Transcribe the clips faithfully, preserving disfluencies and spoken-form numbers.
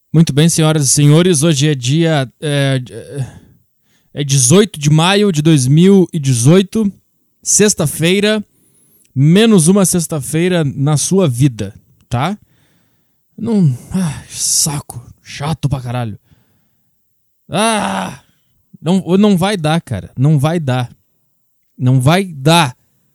Muito bem, senhoras e senhores, hoje é dia é, é dezoito de maio de dois mil e dezoito, sexta-feira, menos uma sexta-feira na sua vida, tá? Não, ah, saco, chato pra caralho. Ah, não, não vai dar, cara, não vai dar, não vai dar.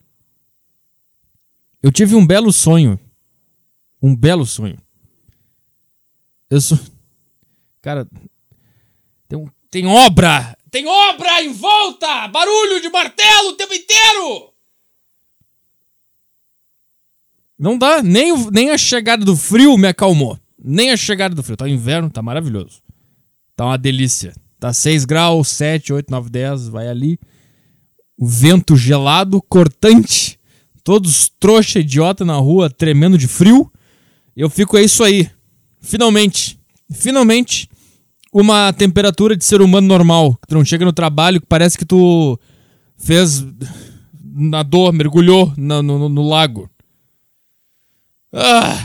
Eu tive um belo sonho, um belo sonho. Eu sou... Cara, tem, tem obra! Tem obra em volta! Barulho de martelo o tempo inteiro! Não dá, nem, nem a chegada do frio me acalmou. Nem a chegada do frio. Tá inverno, tá maravilhoso. Tá uma delícia. Tá seis graus, sete, oito, nove, dez, vai ali. O vento gelado, cortante. Todos trouxa, idiota na rua, tremendo de frio. Eu fico, é isso aí. Finalmente, finalmente, uma temperatura de ser humano normal. Que tu não chega no trabalho, que parece que tu fez, nadou, mergulhou no, no, no lago. Ah.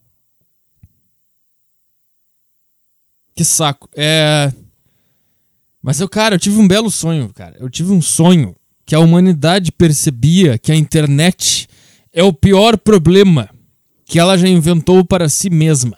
Que saco. É... Mas eu, cara, eu tive um belo sonho, cara. Eu tive um sonho que a humanidade percebia que a internet é o pior problema que ela já inventou para si mesma.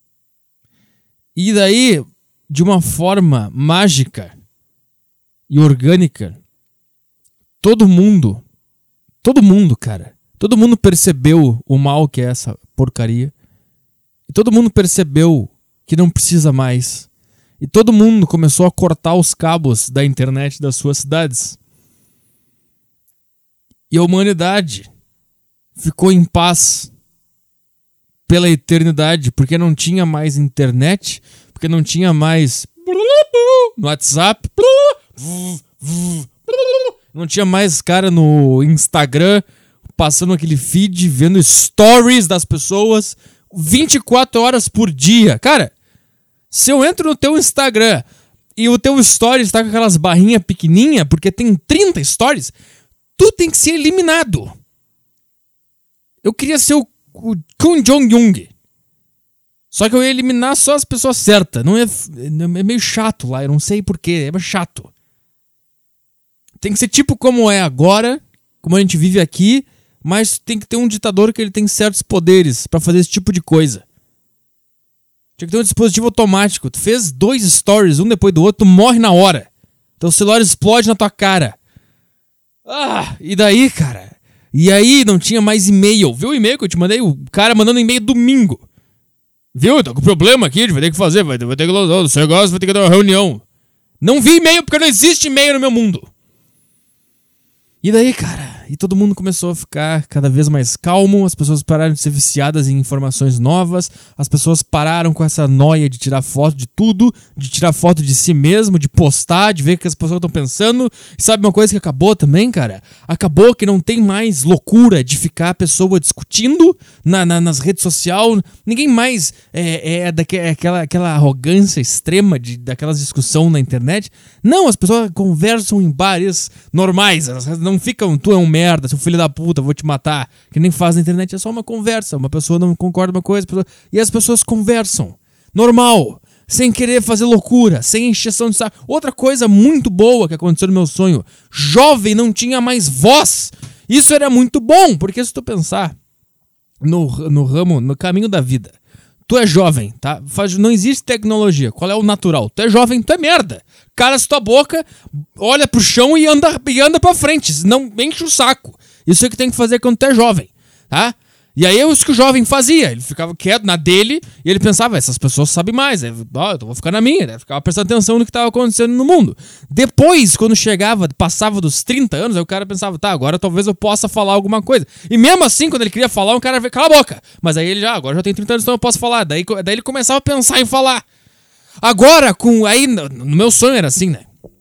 E daí, de uma forma mágica e orgânica, todo mundo, todo mundo, cara, todo mundo percebeu o mal que é essa porcaria. E todo mundo percebeu que não precisa mais. E todo mundo começou a cortar os cabos da internet das suas cidades. E a humanidade ficou em paz pela eternidade, porque não tinha mais internet, porque não tinha mais no WhatsApp, não tinha mais cara no Instagram passando aquele feed, vendo stories das pessoas vinte e quatro horas por dia. Cara, se eu entro no teu Instagram e o teu stories tá com aquelas barrinhas pequenininhas, porque tem trinta stories, tu tem que ser eliminado. Eu queria ser o o Kim Jong-un. Só que eu ia eliminar só as pessoas certas. Não é, é meio chato lá, eu não sei porquê, é chato. Tem que ser tipo como é agora, como a gente vive aqui, mas tem que ter um ditador que ele tem certos poderes pra fazer esse tipo de coisa. Tinha que ter um dispositivo automático. Tu fez dois stories, um depois do outro, tu morre na hora. Teu celular explode na tua cara. Ah, e daí, cara? E aí não tinha mais e-mail. Viu o e-mail que eu te mandei? O cara mandando e-mail domingo. Viu? Tô com problema aqui, a gente vai ter que fazer. Vai ter, vai ter que... O seu negócio vai ter que dar uma reunião. Não vi e-mail porque não existe e-mail no meu mundo. E daí, cara? E todo mundo começou a ficar cada vez mais calmo. As pessoas pararam de ser viciadas em informações novas. As pessoas pararam com essa noia de tirar foto de tudo. De tirar foto de si mesmo, de postar, de ver o que as pessoas estão pensando. E sabe uma coisa que acabou também, cara? Acabou que não tem mais loucura de ficar a pessoa discutindo na, na, nas redes sociais. Ninguém mais é, é daquela aquela arrogância extrema de, daquelas discussões na internet. Não, as pessoas conversam em bares normais. Elas não ficam, tu é um merda, seu filho da puta, vou te matar. Que nem faz na internet, é só uma conversa. Uma pessoa não concorda com uma coisa, pessoa... e as pessoas conversam. Normal. Sem querer fazer loucura, sem encheção de saco. Outra coisa muito boa que aconteceu no meu sonho. Jovem não tinha mais voz. Isso era muito bom, porque se tu pensar no, no ramo, no caminho da vida, tu é jovem, tá? Não existe tecnologia. Qual é o natural? Tu é jovem, tu é merda. Cala tua boca, olha pro chão e anda, e anda pra frente. Não enche o saco. Isso é o que tem que fazer quando tu é jovem, tá? E aí é isso que o jovem fazia. Ele ficava quieto na dele e ele pensava, essas pessoas sabem mais. Eu, oh, eu vou ficar na minha. Ele ficava prestando atenção no que estava acontecendo no mundo. Depois, quando chegava, passava dos trinta anos, aí o cara pensava, tá, agora talvez eu possa falar alguma coisa. E mesmo assim, quando ele queria falar, o cara, cala a boca. Mas aí ele já, agora já tem trinta anos, então eu posso falar. Daí, daí ele começava a pensar em falar. Agora, com aí no meu sonho era assim, né?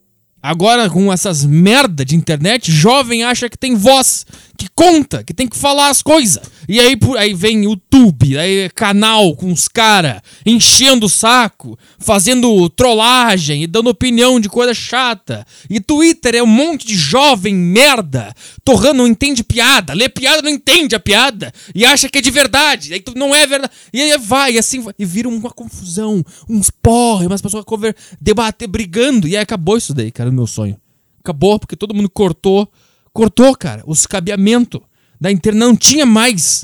Agora, com essas merda de internet, jovem acha que tem voz, que conta, que tem que falar as coisas. E aí, aí vem YouTube, aí canal com os caras enchendo o saco, fazendo trollagem e dando opinião de coisa chata. E Twitter é um monte de jovem merda, torrando, não entende piada, lê piada, não entende a piada, e acha que é de verdade, aí não é verdade. E aí vai, e assim, e vira uma confusão, uns porra, umas pessoas conver- debater, brigando, e aí acabou isso daí, cara, o meu sonho. Acabou, porque todo mundo cortou, cortou, cara, os cabeamentos da internet, não tinha mais.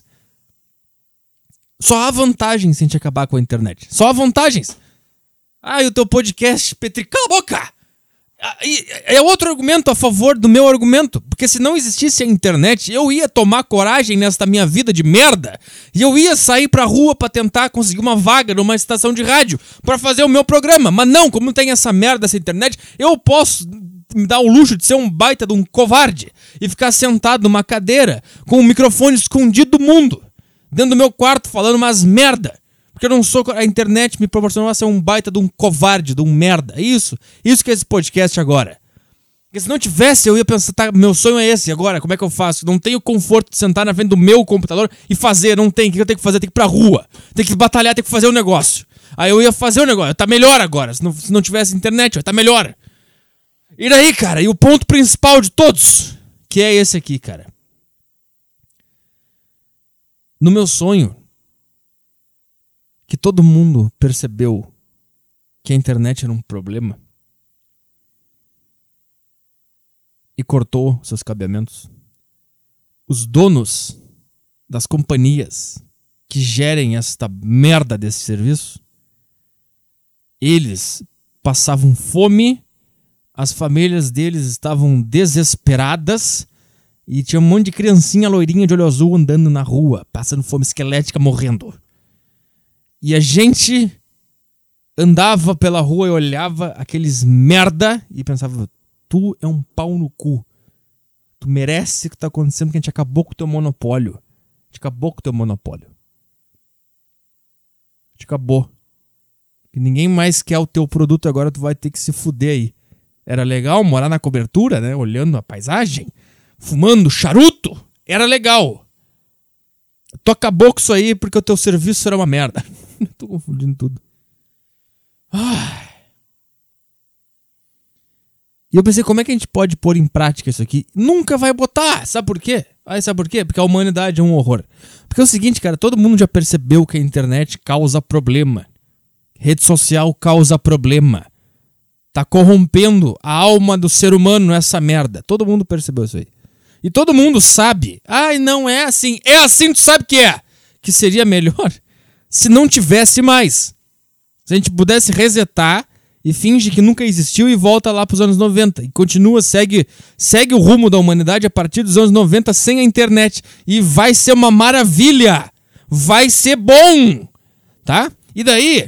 Só há vantagens se a gente acabar com a internet. Só há vantagens. Ah, e o teu podcast, Petri, cala a boca! É outro argumento a favor do meu argumento. Porque se não existisse a internet, eu ia tomar coragem nesta minha vida de merda. E eu ia sair pra rua pra tentar conseguir uma vaga numa estação de rádio pra fazer o meu programa. Mas não, como tem essa merda, essa internet, eu posso me dar o luxo de ser um baita de um covarde e ficar sentado numa cadeira com o microfone escondido do mundo, dentro do meu quarto falando umas merda. Porque eu não sou... A internet me proporcionou a ser um baita de um covarde, de um merda. Isso. Isso que é esse podcast agora. Porque se não tivesse, eu ia pensar, tá, meu sonho é esse agora, como é que eu faço? Não tenho conforto de sentar na frente do meu computador e fazer, não tem. O que eu tenho que fazer? Tem que ir pra rua. Tem que batalhar, tem que fazer um negócio. Aí eu ia fazer o um negócio. Tá melhor agora. Se não, se não tivesse internet, tá melhor. E daí, cara? E o ponto principal de todos, que é esse aqui, cara. No meu sonho, que todo mundo percebeu que a internet era um problema e cortou seus cabeamentos. Os donos das companhias que gerem esta merda desse serviço, eles passavam fome, as famílias deles estavam desesperadas e tinha um monte de criancinha loirinha de olho azul andando na rua, passando fome esquelética, morrendo. E a gente andava pela rua e olhava aqueles merda e pensava, tu é um pau no cu. Tu merece o que tá acontecendo porque a gente acabou com o teu monopólio. A gente acabou com o teu monopólio. A gente acabou. E ninguém mais quer o teu produto, agora tu vai ter que se fuder aí. Era legal morar na cobertura, né? Olhando a paisagem, fumando charuto. Era legal. Tu acabou com isso aí porque o teu serviço era uma merda. Tô confundindo tudo. Ah. E eu pensei, como é que a gente pode pôr em prática isso aqui? Nunca vai botar. Sabe por quê? Ah, sabe por quê? Porque a humanidade é um horror. Porque é o seguinte, cara, todo mundo já percebeu que a internet causa problema. Rede social causa problema. Tá corrompendo a alma do ser humano essa merda. Todo mundo percebeu isso aí. E todo mundo sabe. Ai, não é assim. É assim, tu sabe que é. Que seria melhor se não tivesse mais. Se a gente pudesse resetar e finge que nunca existiu e volta lá pros anos noventa. E continua, segue, segue o rumo da humanidade a partir dos anos noventa sem a internet. E vai ser uma maravilha. Vai ser bom. Tá? E daí?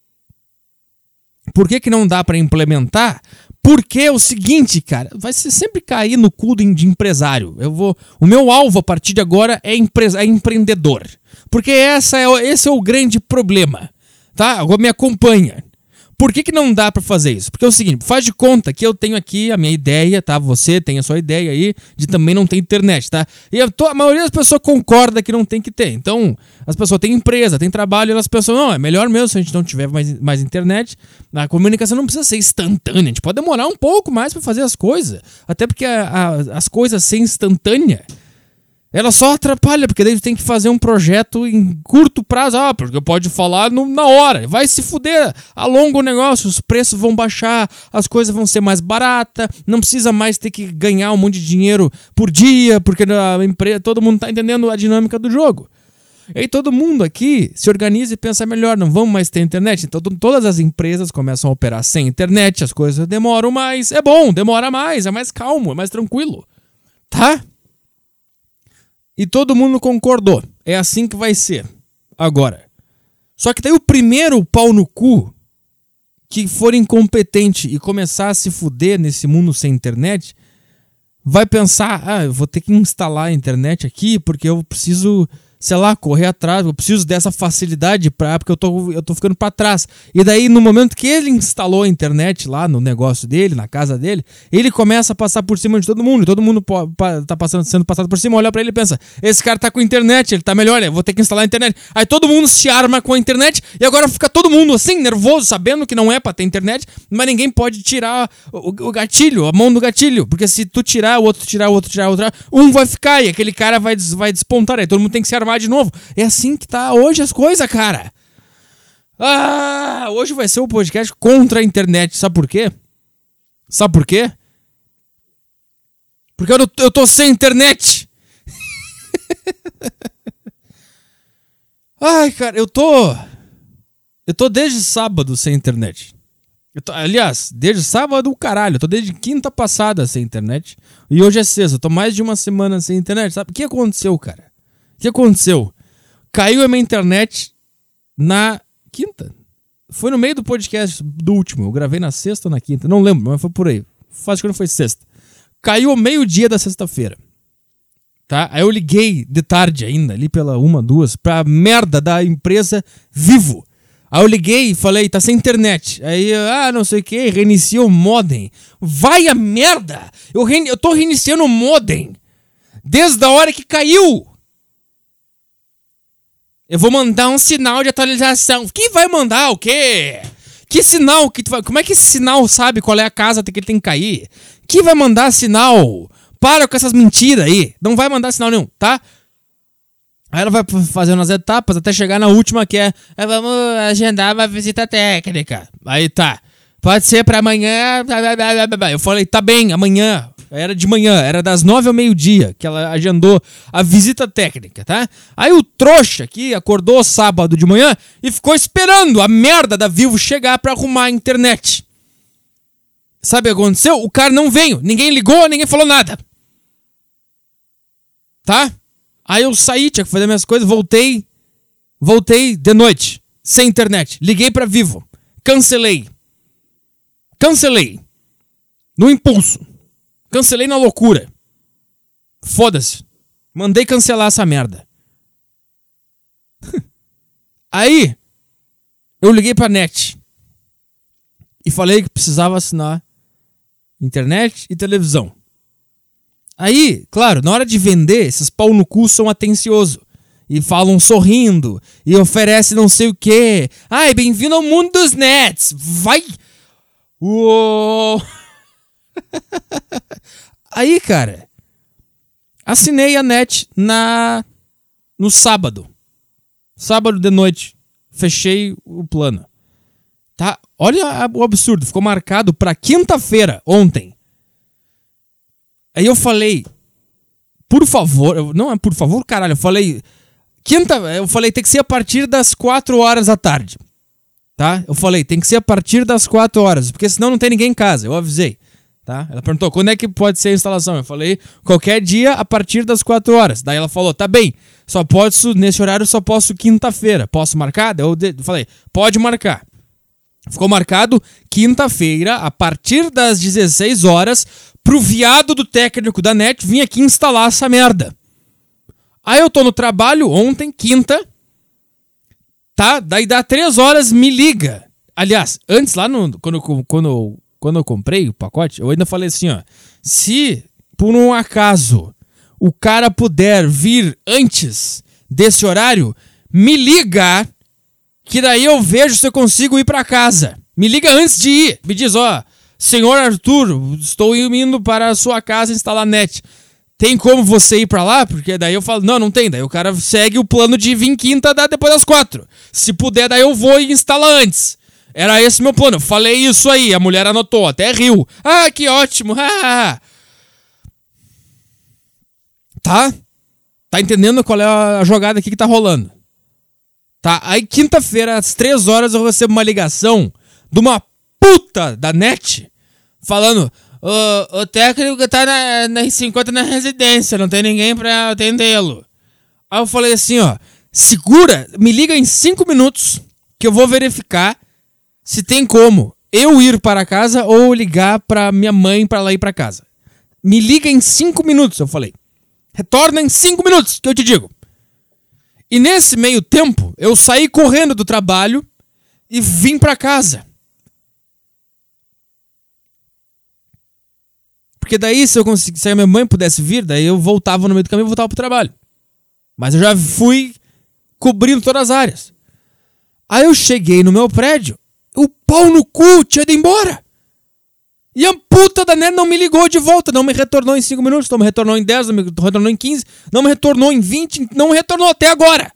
Por que que não dá pra implementar? Porque é o seguinte, cara, vai ser sempre cair no cu de empresário. Eu vou, o meu alvo a partir de agora é, empre, é empreendedor. Porque essa é, esse é o grande problema, tá? Agora me acompanha. Por que que não dá pra fazer isso? Porque é o seguinte, faz de conta que eu tenho aqui a minha ideia, tá? Você tem a sua ideia aí de também não ter internet, tá? E a, a maioria das pessoas concorda que não tem que ter. Então, as pessoas têm empresa, têm trabalho, e elas pensam, não, é melhor mesmo se a gente não tiver mais, mais internet. A comunicação não precisa ser instantânea, a gente pode demorar um pouco mais pra fazer as coisas. Até porque a, a, as coisas ser instantânea, ela só atrapalha, porque daí tu tem que fazer um projeto em curto prazo. Ah, porque pode falar no, na hora. Vai se fuder. Alonga o negócio, os preços vão baixar, as coisas vão ser mais baratas, não precisa mais ter que ganhar um monte de dinheiro por dia, porque a empresa, todo mundo tá entendendo a dinâmica do jogo. E aí todo mundo aqui se organiza e pensa melhor, não vamos mais ter internet. Então todas as empresas começam a operar sem internet, as coisas demoram mais. É bom, demora mais, é mais calmo, é mais tranquilo. Tá? E todo mundo concordou. É assim que vai ser. Agora. Só que daí o primeiro pau no cu que for incompetente e começar a se fuder nesse mundo sem internet, vai pensar, ah, eu vou ter que instalar a internet aqui porque eu preciso sei lá, correr atrás, eu preciso dessa facilidade pra, porque eu tô, eu tô ficando pra trás. E daí, no momento que ele instalou a internet lá no negócio dele, na casa dele, ele começa a passar por cima de todo mundo, e todo mundo po- pa- tá passando, sendo passado por cima, olha pra ele e pensa, esse cara tá com internet, ele tá melhor, eu vou ter que instalar a internet. Aí todo mundo se arma com a internet, e agora fica todo mundo assim, nervoso, sabendo que não é pra ter internet, mas ninguém pode tirar o, o gatilho, a mão do gatilho, porque se tu tirar, o outro tirar, o outro tirar, o outro tirar, um vai ficar, e aquele cara vai, des- vai despontar, aí todo mundo tem que se armar de novo. É assim que tá hoje as coisas, cara. Ah, hoje vai ser um podcast contra a internet. Sabe por quê? Sabe por quê? Porque eu, não, eu tô sem internet. Ai, cara, eu tô... Eu tô desde sábado sem internet. Eu tô, aliás, desde sábado, o caralho. Eu tô desde quinta passada sem internet. E hoje é sexta. Eu tô mais de uma semana sem internet. Sabe o que aconteceu, cara? O que aconteceu? Caiu a minha internet na quinta. Foi no meio do podcast do último. Eu gravei na sexta ou na quinta. Não lembro, mas foi por aí. Acho que não foi sexta. Caiu ao meio-dia da sexta-feira. Tá? Aí eu liguei de tarde ainda, ali pela uma, duas, pra merda da empresa Vivo. Aí eu liguei e falei, tá sem internet. Aí, ah, não sei o que, reiniciou o modem. Vai a merda! Eu, rein... eu tô reiniciando o modem desde a hora que caiu. Eu vou mandar um sinal de atualização. Que vai mandar o quê? Que sinal que tu vai... Como é que esse sinal sabe qual é a casa que ele tem que cair? Que vai mandar sinal? Para com essas mentiras aí. Não vai mandar sinal nenhum, tá? Aí ela vai fazendo as etapas até chegar na última, que é... Vamos agendar uma visita técnica. Aí tá. Pode ser pra amanhã... Eu falei, tá bem, amanhã... Era de manhã, era das nove ao meio-dia que ela agendou a visita técnica, tá? Aí o trouxa aqui acordou sábado de manhã e ficou esperando a merda da Vivo chegar pra arrumar a internet. Sabe o que aconteceu? O cara não veio, ninguém ligou, ninguém falou nada. Tá? Aí eu saí, tinha que fazer minhas coisas, voltei, voltei de noite, sem internet. Liguei pra Vivo, cancelei. Cancelei. No impulso. Cancelei na loucura. Foda-se. Mandei cancelar essa merda. Aí, eu liguei pra net. E falei que precisava assinar internet e televisão. Aí, claro, na hora de vender, esses pau no cu são atenciosos. E falam sorrindo. E oferecem não sei o quê. Ai, bem-vindo ao mundo dos nets. Vai! Uou! Aí, cara, assinei a net na no sábado. Sábado de noite. Fechei o plano. Tá? Olha o absurdo. Ficou marcado pra quinta-feira, ontem. Aí eu falei, por favor, eu, não é por favor, caralho, eu falei, quinta, eu falei, tem que ser a partir das quatro horas da tarde. Tá? Eu falei, tem que ser a partir das quatro horas, porque senão não tem ninguém em casa. Eu avisei. Tá? Ela perguntou, quando é que pode ser a instalação? Eu falei, qualquer dia a partir das quatro horas. Daí ela falou, tá bem, só posso, nesse horário só posso quinta-feira. Posso marcar? Eu falei, pode marcar. Ficou marcado quinta-feira, a partir das dezesseis horas, pro viado do técnico da net vir aqui instalar essa merda. Aí eu tô no trabalho ontem, quinta, tá? Daí dá três horas, me liga. Aliás, antes lá, no, quando, quando, quando eu comprei o pacote, eu ainda falei assim, ó. Se, por um acaso, o cara puder vir antes desse horário, me liga, que daí eu vejo se eu consigo ir pra casa. Me liga antes de ir. Me diz, ó, senhor Arthur, estou indo para a sua casa instalar net. Tem como você ir pra lá? Porque daí eu falo, não, não tem. Daí o cara segue o plano de vir quinta, dá depois das quatro. Se puder, daí eu vou e instala antes. Era esse meu plano. Eu falei isso aí, a mulher anotou, até riu. Ah, que ótimo. Tá? Tá entendendo qual é a jogada aqui que tá rolando? Tá? Aí quinta-feira, às três horas, eu recebo uma ligação de uma puta da net falando, o, o técnico tá na, na, se encontra na residência, não tem ninguém pra atendê-lo. Aí eu falei assim, ó, segura, me liga em cinco minutos que eu vou verificar se tem como eu ir para casa ou ligar pra minha mãe pra ela ir pra casa. Me liga em cinco minutos, eu falei. Retorna em cinco minutos, que eu te digo. E nesse meio tempo, eu saí correndo do trabalho e vim pra casa. Porque daí, se eu conseguisse, se a minha mãe pudesse vir, daí eu voltava no meio do caminho e voltava pro trabalho. Mas eu já fui cobrindo todas as áreas. Aí eu cheguei no meu prédio, o pau no cu tinha ido embora. E a puta da net não me ligou de volta, não me retornou em cinco minutos, não me retornou em dez, não me retornou em quinze, não me retornou em vinte, não me retornou até agora.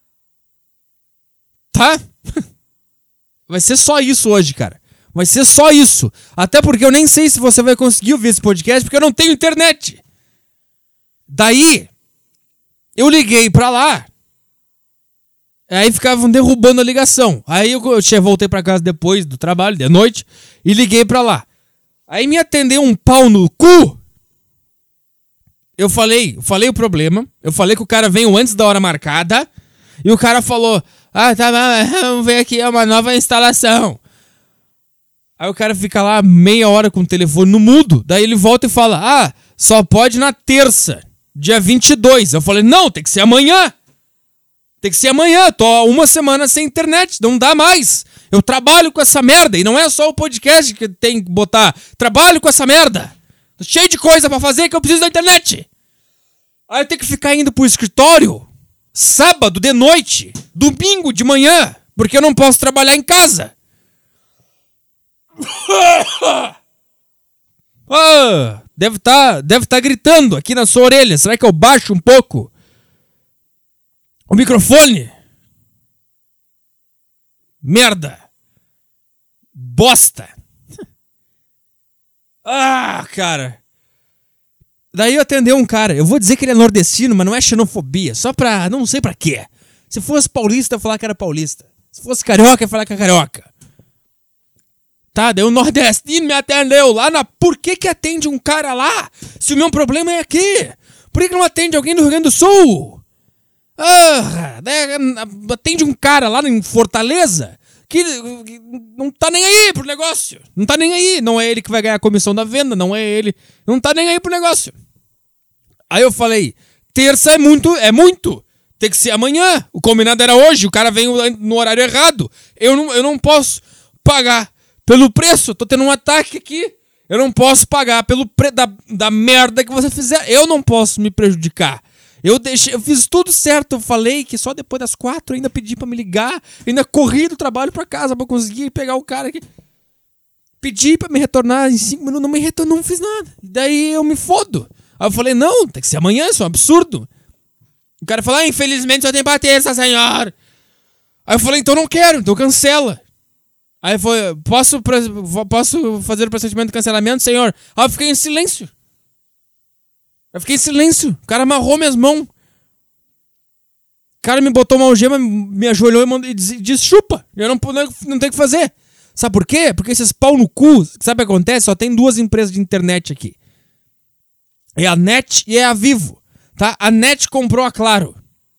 Tá? Vai ser só isso hoje, cara. Vai ser só isso. Até porque eu nem sei se você vai conseguir ouvir esse podcast, porque eu não tenho internet. Daí, eu liguei pra lá. Aí ficavam derrubando a ligação. Aí eu, eu voltei pra casa depois do trabalho, de noite, e liguei pra lá. Aí me atendeu um pau no cu. Eu falei, eu falei o problema. Eu falei que o cara veio antes da hora marcada. E o cara falou, ah, tá, vamos ver aqui, é uma nova instalação. Aí o cara fica lá meia hora com o telefone no mudo. Daí ele volta e fala, ah, só pode na terça, dia vinte e dois. Eu falei, não, tem que ser amanhã. Tem que ser amanhã, tô há uma semana sem internet, não dá mais. Eu trabalho com essa merda, e não é só o podcast que tem que botar. Trabalho com essa merda. Tô cheio de coisa pra fazer que eu preciso da internet. Aí eu tenho que ficar indo pro escritório, sábado de noite, domingo de manhã, porque eu não posso trabalhar em casa. Ah, deve estar deve tá gritando aqui na sua orelha. Será que eu baixo um pouco o microfone? Merda. Bosta. Ah, cara. Daí eu atendeu um cara. Eu vou dizer que ele é nordestino, mas não é xenofobia. Só pra... não sei pra quê. Se fosse paulista, eu ia falar que era paulista. Se fosse carioca, eu ia falar que era carioca. Tá, daí o nordestino me atendeu lá na... Por que que atende um cara lá? Se o meu problema é aqui. Por que que não atende alguém do Rio Grande do Sul? Ah, atende um cara lá em Fortaleza que não tá nem aí pro negócio. Não tá nem aí. Não é ele que vai ganhar a comissão da venda, não é ele. Não tá nem aí pro negócio. Aí eu falei, terça é muito, é muito. Tem que ser amanhã. O combinado era hoje, o cara veio no horário errado. Eu não, eu não posso pagar pelo preço. Tô tendo um ataque aqui. Eu não posso pagar pelo preço da, da merda que você fizer. Eu não posso me prejudicar. Eu, deixei, eu fiz tudo certo, eu falei que só depois das quatro eu ainda pedi pra me ligar, ainda corri do trabalho pra casa pra conseguir pegar o cara aqui. Pedi pra me retornar em cinco minutos, não me retornou, não fiz nada. Daí eu me fodo. Aí eu falei, não, tem que ser amanhã, isso é um absurdo. O cara falou, ah, infelizmente só tem pra terça, senhor. Aí eu falei, então não quero, então cancela. Aí foi, posso, posso fazer o procedimento de cancelamento, senhor? Aí eu fiquei em silêncio. Eu fiquei em silêncio. O cara amarrou minhas mãos. O cara me botou uma algema, me ajoelhou e disse, disse chupa. Eu não, não, não tenho o que fazer. Sabe por quê? Porque esses pau no cu, sabe o que acontece? Só tem duas empresas de internet aqui. É a Net e é a Vivo. Tá? A Net comprou a Claro.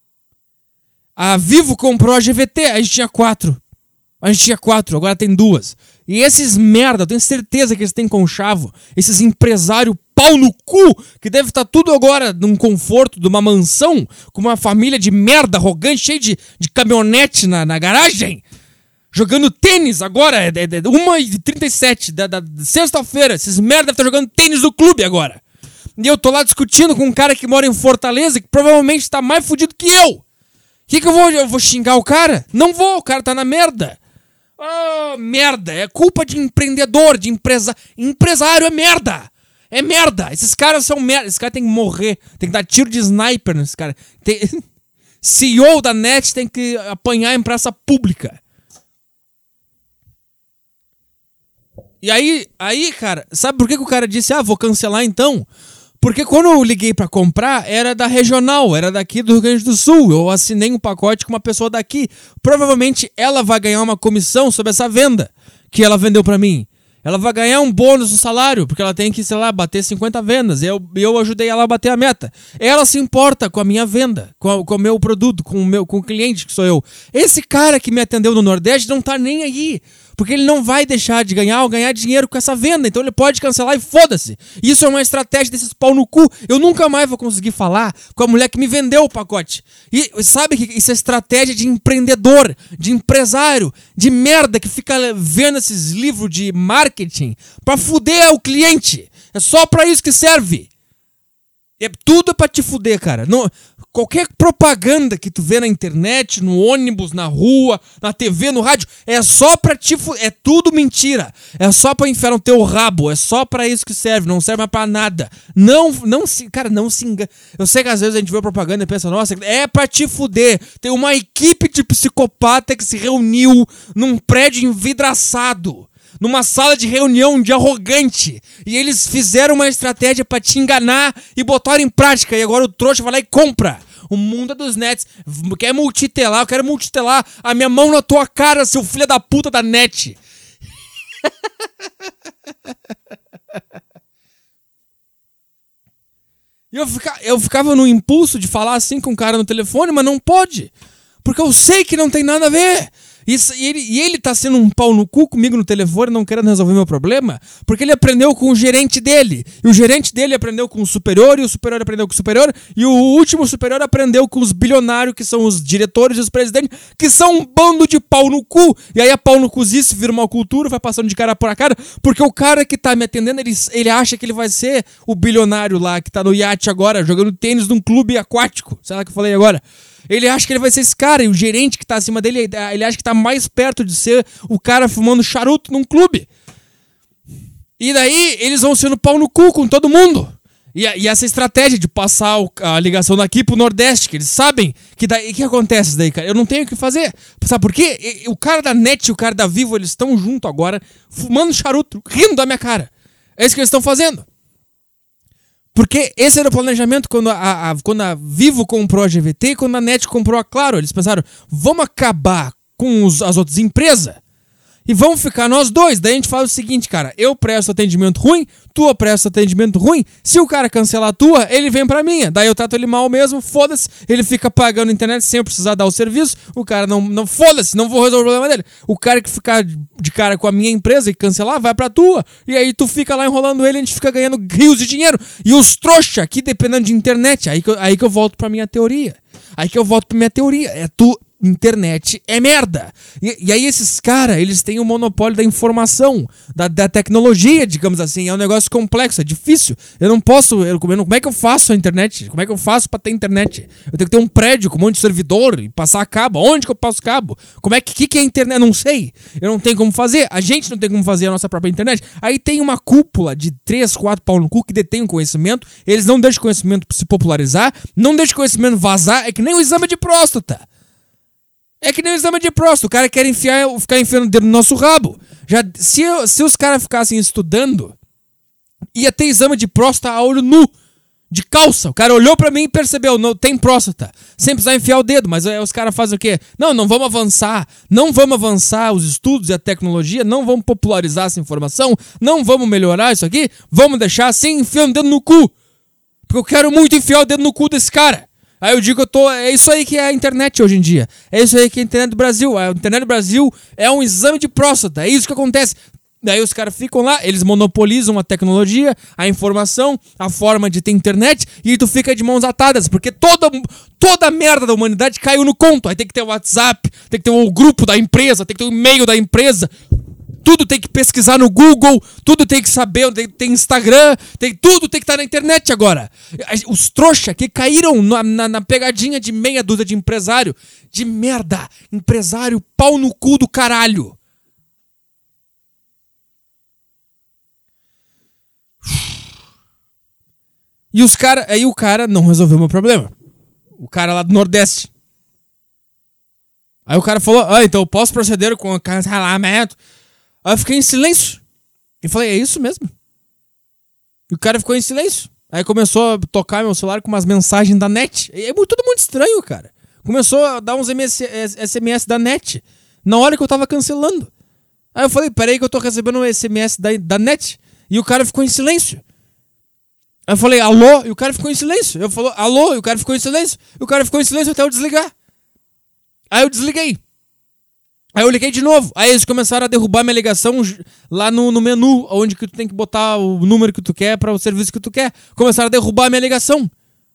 A Vivo comprou a G V T. A gente tinha quatro. A gente tinha quatro, agora tem duas. E esses merda, eu tenho certeza que eles têm conchavo. Esses empresários pau no cu, que deve estar tudo agora num conforto de uma mansão, com uma família de merda arrogante, cheia de, de caminhonete na, na garagem, jogando tênis agora, é, é, é uma e trinta e sete da, da sexta-feira. Esses merda devem estar jogando tênis no clube agora. E eu tô lá discutindo com um cara que mora em Fortaleza, que provavelmente está mais fudido que eu. O que que eu vou? Eu vou xingar o cara? Não vou, o cara tá na merda. Oh, merda, é culpa de empreendedor, de empresa... Empresário é merda. É merda. Esses caras são merda. Esses caras tem que morrer. Tem que dar tiro de sniper nesses caras. Tem... C E O da Net tem que apanhar em praça pública. E aí, aí, cara, sabe por que, que o cara disse, ah, vou cancelar então? Porque quando eu liguei pra comprar, era da regional, era daqui do Rio Grande do Sul. Eu assinei um pacote com uma pessoa daqui. Provavelmente ela vai ganhar uma comissão sobre essa venda que ela vendeu pra mim. Ela vai ganhar um bônus no salário, porque ela tem que, sei lá, bater cinquenta vendas. E eu, eu ajudei ela a bater a meta. Ela se importa com a minha venda, com, a, com o meu produto, com o, meu, com o cliente que sou eu. Esse cara que me atendeu no Nordeste não tá nem aí. Porque ele não vai deixar de ganhar ou ganhar dinheiro com essa venda. Então ele pode cancelar e foda-se. Isso é uma estratégia desses pau no cu. Eu nunca mais vou conseguir falar com a mulher que me vendeu o pacote. E sabe que isso é estratégia de empreendedor, de empresário, de merda que fica vendo esses livros de marketing pra fuder o cliente. É só pra isso que serve. É tudo pra te fuder, cara. Não, qualquer propaganda que tu vê na internet, no ônibus, na rua, na T V, no rádio, é só pra te fuder. É tudo mentira. É só pra enfiar no teu rabo. É só pra isso que serve. Não serve mais pra nada. Não, não se... Cara, não se engana. Eu sei que às vezes a gente vê propaganda e pensa, nossa, é pra te fuder. Tem uma equipe de psicopata que se reuniu num prédio envidraçado, numa sala de reunião de arrogante. E eles fizeram uma estratégia pra te enganar e botaram em prática. E agora o trouxa vai lá e compra. O mundo é dos nets. Quer multitelar? Eu quero multitelar a minha mão na tua cara, seu filho da puta da net. E eu, fica, eu ficava no impulso de falar assim com o cara no telefone, mas não pode. Porque eu sei que não tem nada a ver. Isso, e, ele, e ele tá sendo um pau no cu comigo no telefone, não querendo resolver meu problema, porque ele aprendeu com o gerente dele. E o gerente dele aprendeu com o superior, e o superior aprendeu com o superior, e o último superior aprendeu com os bilionários, que são os diretores e os presidentes, que são um bando de pau no cu. E aí a pau no cuzice vira uma cultura, vai passando de cara por cara, porque o cara que tá me atendendo, ele, ele acha que ele vai ser o bilionário lá, que tá no iate agora, jogando tênis num clube aquático. Sei lá o que eu falei agora. Ele acha que ele vai ser esse cara, e o gerente que tá acima dele, ele acha que tá mais perto de ser o cara fumando charuto num clube. E daí, eles vão sendo pau no cu com todo mundo. E, e essa estratégia de passar o, a ligação daqui pro Nordeste, que eles sabem que daí, que acontece daí, cara? Eu não tenho o que fazer. Sabe por quê? O cara da Net e o cara da Vivo, eles estão junto agora, fumando charuto, rindo da minha cara. É isso que eles estão fazendo. Porque esse era o planejamento quando a, a, quando a Vivo comprou a G V T e quando a Net comprou a Claro. Eles pensaram, vamos acabar com os, as outras empresas e vamos ficar nós dois. Daí a gente faz o seguinte, cara, eu presto atendimento ruim, tu presta atendimento ruim. Se o cara cancelar a tua, ele vem pra minha. Daí eu trato ele mal mesmo, foda-se. Ele fica pagando a internet sem eu precisar dar o serviço. O cara não, não foda-se, não vou resolver o problema dele. O cara que ficar de cara com a minha empresa e cancelar, vai pra tua. E aí tu fica lá enrolando ele, a gente fica ganhando rios de dinheiro. E os trouxa aqui dependendo de internet, aí que eu, aí que eu volto pra minha teoria. Aí que eu volto pra minha teoria. É tu... Internet é merda. E, e aí esses caras, eles têm o monopólio da informação, da, da tecnologia, digamos assim. É um negócio complexo, é difícil. Eu não posso... Eu, como é que eu faço a internet? Como é que eu faço pra ter internet? Eu tenho que ter um prédio com um monte de servidor e passar cabo. Onde que eu passo cabo? Como é que, que, que é a internet? Eu não sei. Eu não tenho como fazer. A gente não tem como fazer a nossa própria internet. Aí tem uma cúpula de três, quatro pau no cu que detém o conhecimento. Eles não deixam o conhecimento se popularizar, não deixam o conhecimento vazar. É que nem o exame de próstata. É que nem o exame de próstata. O cara quer enfiar, ficar enfiando o dedo no nosso rabo. Já, se, eu, se os caras ficassem estudando, ia ter exame de próstata a olho nu, de calça. O cara olhou pra mim e percebeu, não tem próstata. Sem precisar enfiar o dedo. Mas aí os caras fazem o quê? Não, não vamos avançar. Não vamos avançar os estudos e a tecnologia. Não vamos popularizar essa informação. Não vamos melhorar isso aqui. Vamos deixar assim, enfiando o dedo no cu. Porque eu quero muito enfiar o dedo no cu desse cara. Aí eu digo que eu tô... É isso aí que é a internet hoje em dia. É isso aí que é a internet do Brasil. A internet do Brasil é um exame de próstata. É isso que acontece. Daí os caras ficam lá, eles monopolizam a tecnologia, a informação, a forma de ter internet, e tu fica de mãos atadas, porque toda, toda a merda da humanidade caiu no conto. Aí tem que ter o WhatsApp, tem que ter o grupo da empresa, tem que ter o e-mail da empresa. Tudo tem que pesquisar no Google, tudo tem que saber, tem, tem Instagram, tem, tudo tem que estar na internet agora. Os trouxa que caíram na, na, na pegadinha de meia dúzia de empresário, de merda, empresário pau no cu do caralho. E os cara, aí o cara não resolveu o meu problema. O cara lá do Nordeste. Aí o cara falou, ah, então eu posso proceder com o cancelamento. Aí eu fiquei em silêncio. E falei, é isso mesmo? E o cara ficou em silêncio. Aí começou a tocar meu celular com umas mensagens da Net. E é tudo muito estranho, cara. Começou a dar uns S M S da Net na hora que eu tava cancelando. Aí eu falei, peraí que eu tô recebendo um S M S da, da Net. E o cara ficou em silêncio. Aí eu falei, alô? E o cara ficou em silêncio. Eu falei, alô? E o cara ficou em silêncio. E o cara ficou em silêncio até eu desligar. Aí eu desliguei. Aí eu liguei de novo. Aí eles começaram a derrubar minha ligação lá no, no menu, onde que tu tem que botar o número que tu quer para o serviço que tu quer. Começaram a derrubar minha ligação.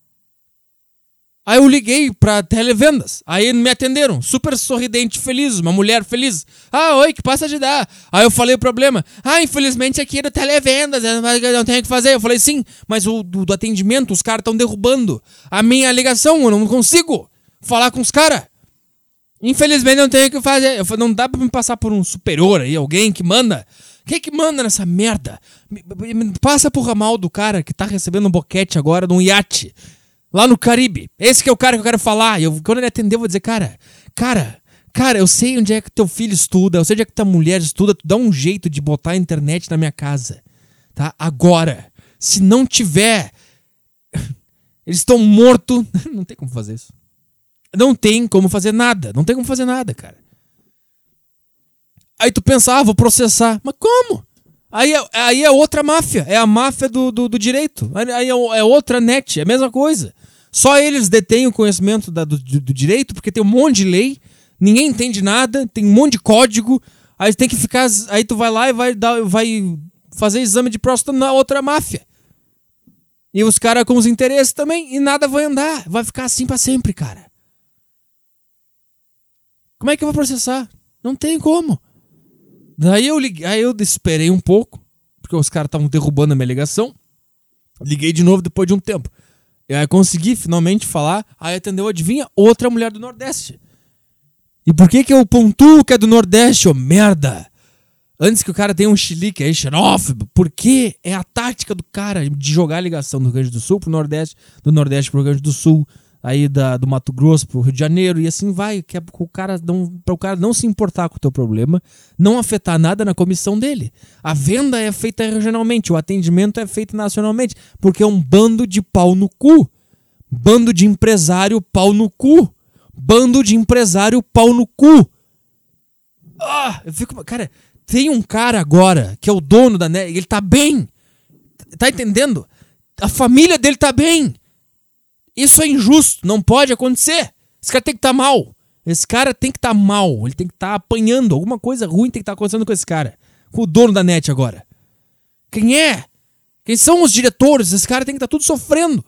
Aí eu liguei pra televendas. Aí me atenderam, super sorridente, feliz, uma mulher feliz. Ah, oi, que passa de dar? Aí eu falei o problema. Ah, infelizmente aqui é do televendas, eu não tenho o que fazer. Eu falei, sim, mas o do, do atendimento, os caras estão derrubando a minha ligação, eu não consigo falar com os caras. Infelizmente não tenho o que fazer. Eu falei, não dá pra me passar por um superior aí, alguém que manda. Quem que manda nessa merda? Me, me, me passa pro ramal do cara que tá recebendo um boquete agora num iate. Lá no Caribe. Esse que é o cara que eu quero falar. E eu, quando ele atender, eu vou dizer, cara, cara, cara, eu sei onde é que teu filho estuda, eu sei onde é que tua mulher estuda, tu dá um jeito de botar a internet na minha casa. Tá? Agora, se não tiver, eles estão mortos. Não tem como fazer isso. Não tem como fazer nada. Não tem como fazer nada, cara. Aí tu pensa, ah, vou processar. Mas como? Aí, aí é outra máfia. É a máfia do, do, do direito. Aí é, é outra net. É a mesma coisa. Só eles detêm o conhecimento da, do, do direito, porque tem um monte de lei, ninguém entende nada, tem um monte de código, aí tem que ficar. Aí tu vai lá e vai, dar, vai fazer exame de próstata na outra máfia. E os caras com os interesses também, e nada vai andar. Vai ficar assim pra sempre, cara. Como é que eu vou processar? Não tem como. Daí eu liguei, aí eu esperei um pouco, porque os caras estavam derrubando a minha ligação. Liguei de novo depois de um tempo. E aí consegui finalmente falar. Aí atendeu, adivinha? Outra mulher do Nordeste. E por que que eu pontuo que é do Nordeste, ô merda? Antes que o cara tenha um chilique aí, xenófobo. Porque é a tática do cara de jogar a ligação do Rio Grande do Sul pro Nordeste, do Nordeste pro Rio Grande do Sul, aí da, do Mato Grosso pro Rio de Janeiro, e assim vai, que é o cara não, para o cara não se importar com o teu problema, não afetar nada na comissão dele. A venda é feita regionalmente, o atendimento é feito nacionalmente, porque é um bando de pau no cu. Bando de empresário pau no cu. Bando de empresário pau no cu. Ah, eu fico, cara, tem um cara agora que é o dono da net, ele tá bem. Tá entendendo? A família dele tá bem. Isso é injusto, não pode acontecer. Esse cara tem que estar tá mal. Esse cara tem que estar tá mal. Ele tem que estar tá apanhando. Alguma coisa ruim tem que estar tá acontecendo com esse cara. Com o dono da net agora. Quem é? Quem são os diretores? Esse cara tem que estar tá tudo sofrendo.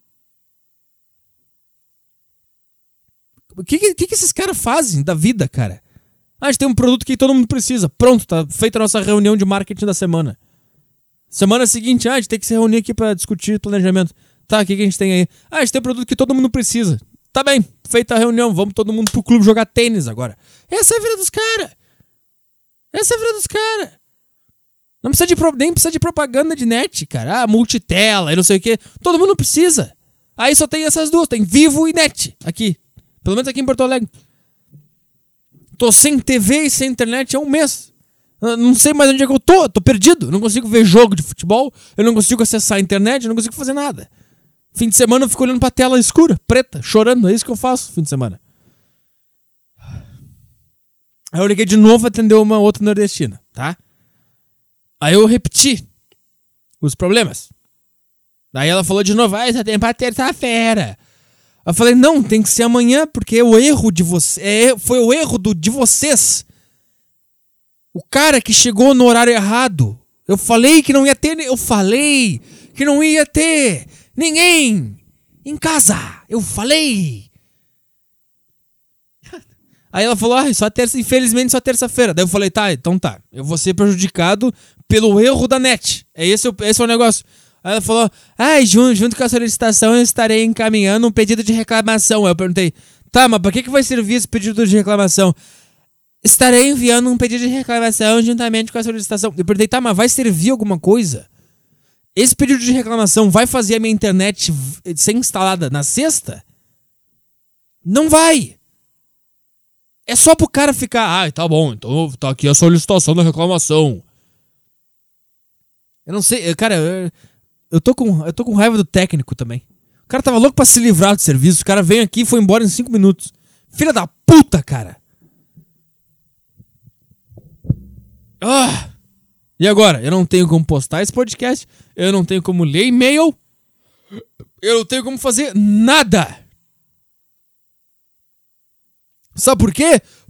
O que, que, que esses caras fazem da vida, cara? Ah, a gente tem um produto que todo mundo precisa. Pronto, tá feita a nossa reunião de marketing da semana. Semana seguinte, ah, a gente tem que se reunir aqui para discutir planejamento. Tá, o que, que a gente tem aí? Ah, a gente tem um produto que todo mundo precisa. Tá bem, feita a reunião, vamos todo mundo pro clube jogar tênis agora. Essa é a vida dos caras. Essa é a vida dos caras. Não precisa de, nem precisa de propaganda de net, cara. Ah, multitela e não sei o que. Todo mundo precisa. Aí só tem essas duas, tem Vivo e Net aqui. Pelo menos aqui em Porto Alegre. Tô sem T V e sem internet há um mês. Eu não sei mais onde é que eu tô, tô perdido. Eu não consigo ver jogo de futebol, eu não consigo acessar a internet, eu não consigo fazer nada. Fim de semana eu fico olhando pra tela escura, preta, chorando. É isso que eu faço fim de semana. Aí eu liguei de novo, atendeu uma outra nordestina, tá? Aí eu repeti os problemas. Daí ela falou de novo, ah, só tem pra terça-feira. Eu falei, não, tem que ser amanhã, porque é o erro de você, é, foi o erro do, de vocês. O cara que chegou no horário errado. Eu falei que não ia ter, eu falei que não ia ter ninguém em casa. Eu falei. Aí ela falou, ah, só terça, infelizmente só terça-feira. Daí eu falei, tá, então tá. Eu vou ser prejudicado pelo erro da net. É esse, esse é o negócio. Aí ela falou, ah, junto, junto com a solicitação eu estarei encaminhando um pedido de reclamação. Aí eu perguntei, tá, mas pra que, que vai servir esse pedido de reclamação? Estarei enviando um pedido de reclamação juntamente com a solicitação. Eu perguntei, tá, mas vai servir alguma coisa? Esse pedido de reclamação vai fazer a minha internet ser instalada na sexta? Não vai. É só pro cara ficar, ah, tá bom, então tá aqui a solicitação da reclamação. Eu não sei, cara, eu, eu, tô com, eu tô com raiva do técnico também. O cara tava louco pra se livrar do serviço, o cara veio aqui e foi embora em cinco minutos. Filha da puta, cara. Ah, e agora? Eu não tenho como postar esse podcast, eu não tenho como ler e-mail, eu não tenho como fazer nada. Sabe por quê?